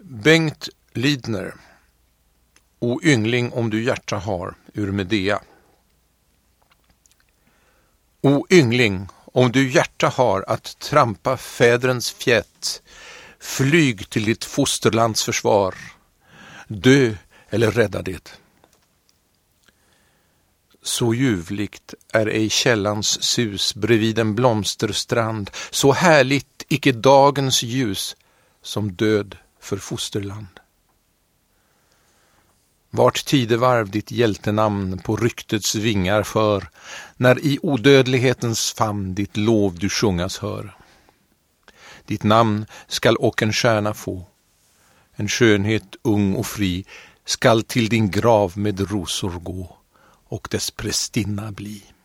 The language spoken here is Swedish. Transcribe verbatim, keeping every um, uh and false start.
Bengt Lidner, O yngling om du hjärta har, ur Medea. O yngling, om du hjärta har att trampa fädrens fjätt, flyg till ditt fosterlands försvar, dö eller rädda det. Så ljuvligt är ej källans sus bredvid en blomsterstrand, så härligt icke dagens ljus som död för fosterland. Vart tidevarv ditt hjältenamn på ryktets vingar för, när i odödlighetens famn ditt lov du sjungas hör. Ditt namn skall och en stjärna få, en skönhet ung och fri skall till din grav med rosor gå och dess prästinna bli.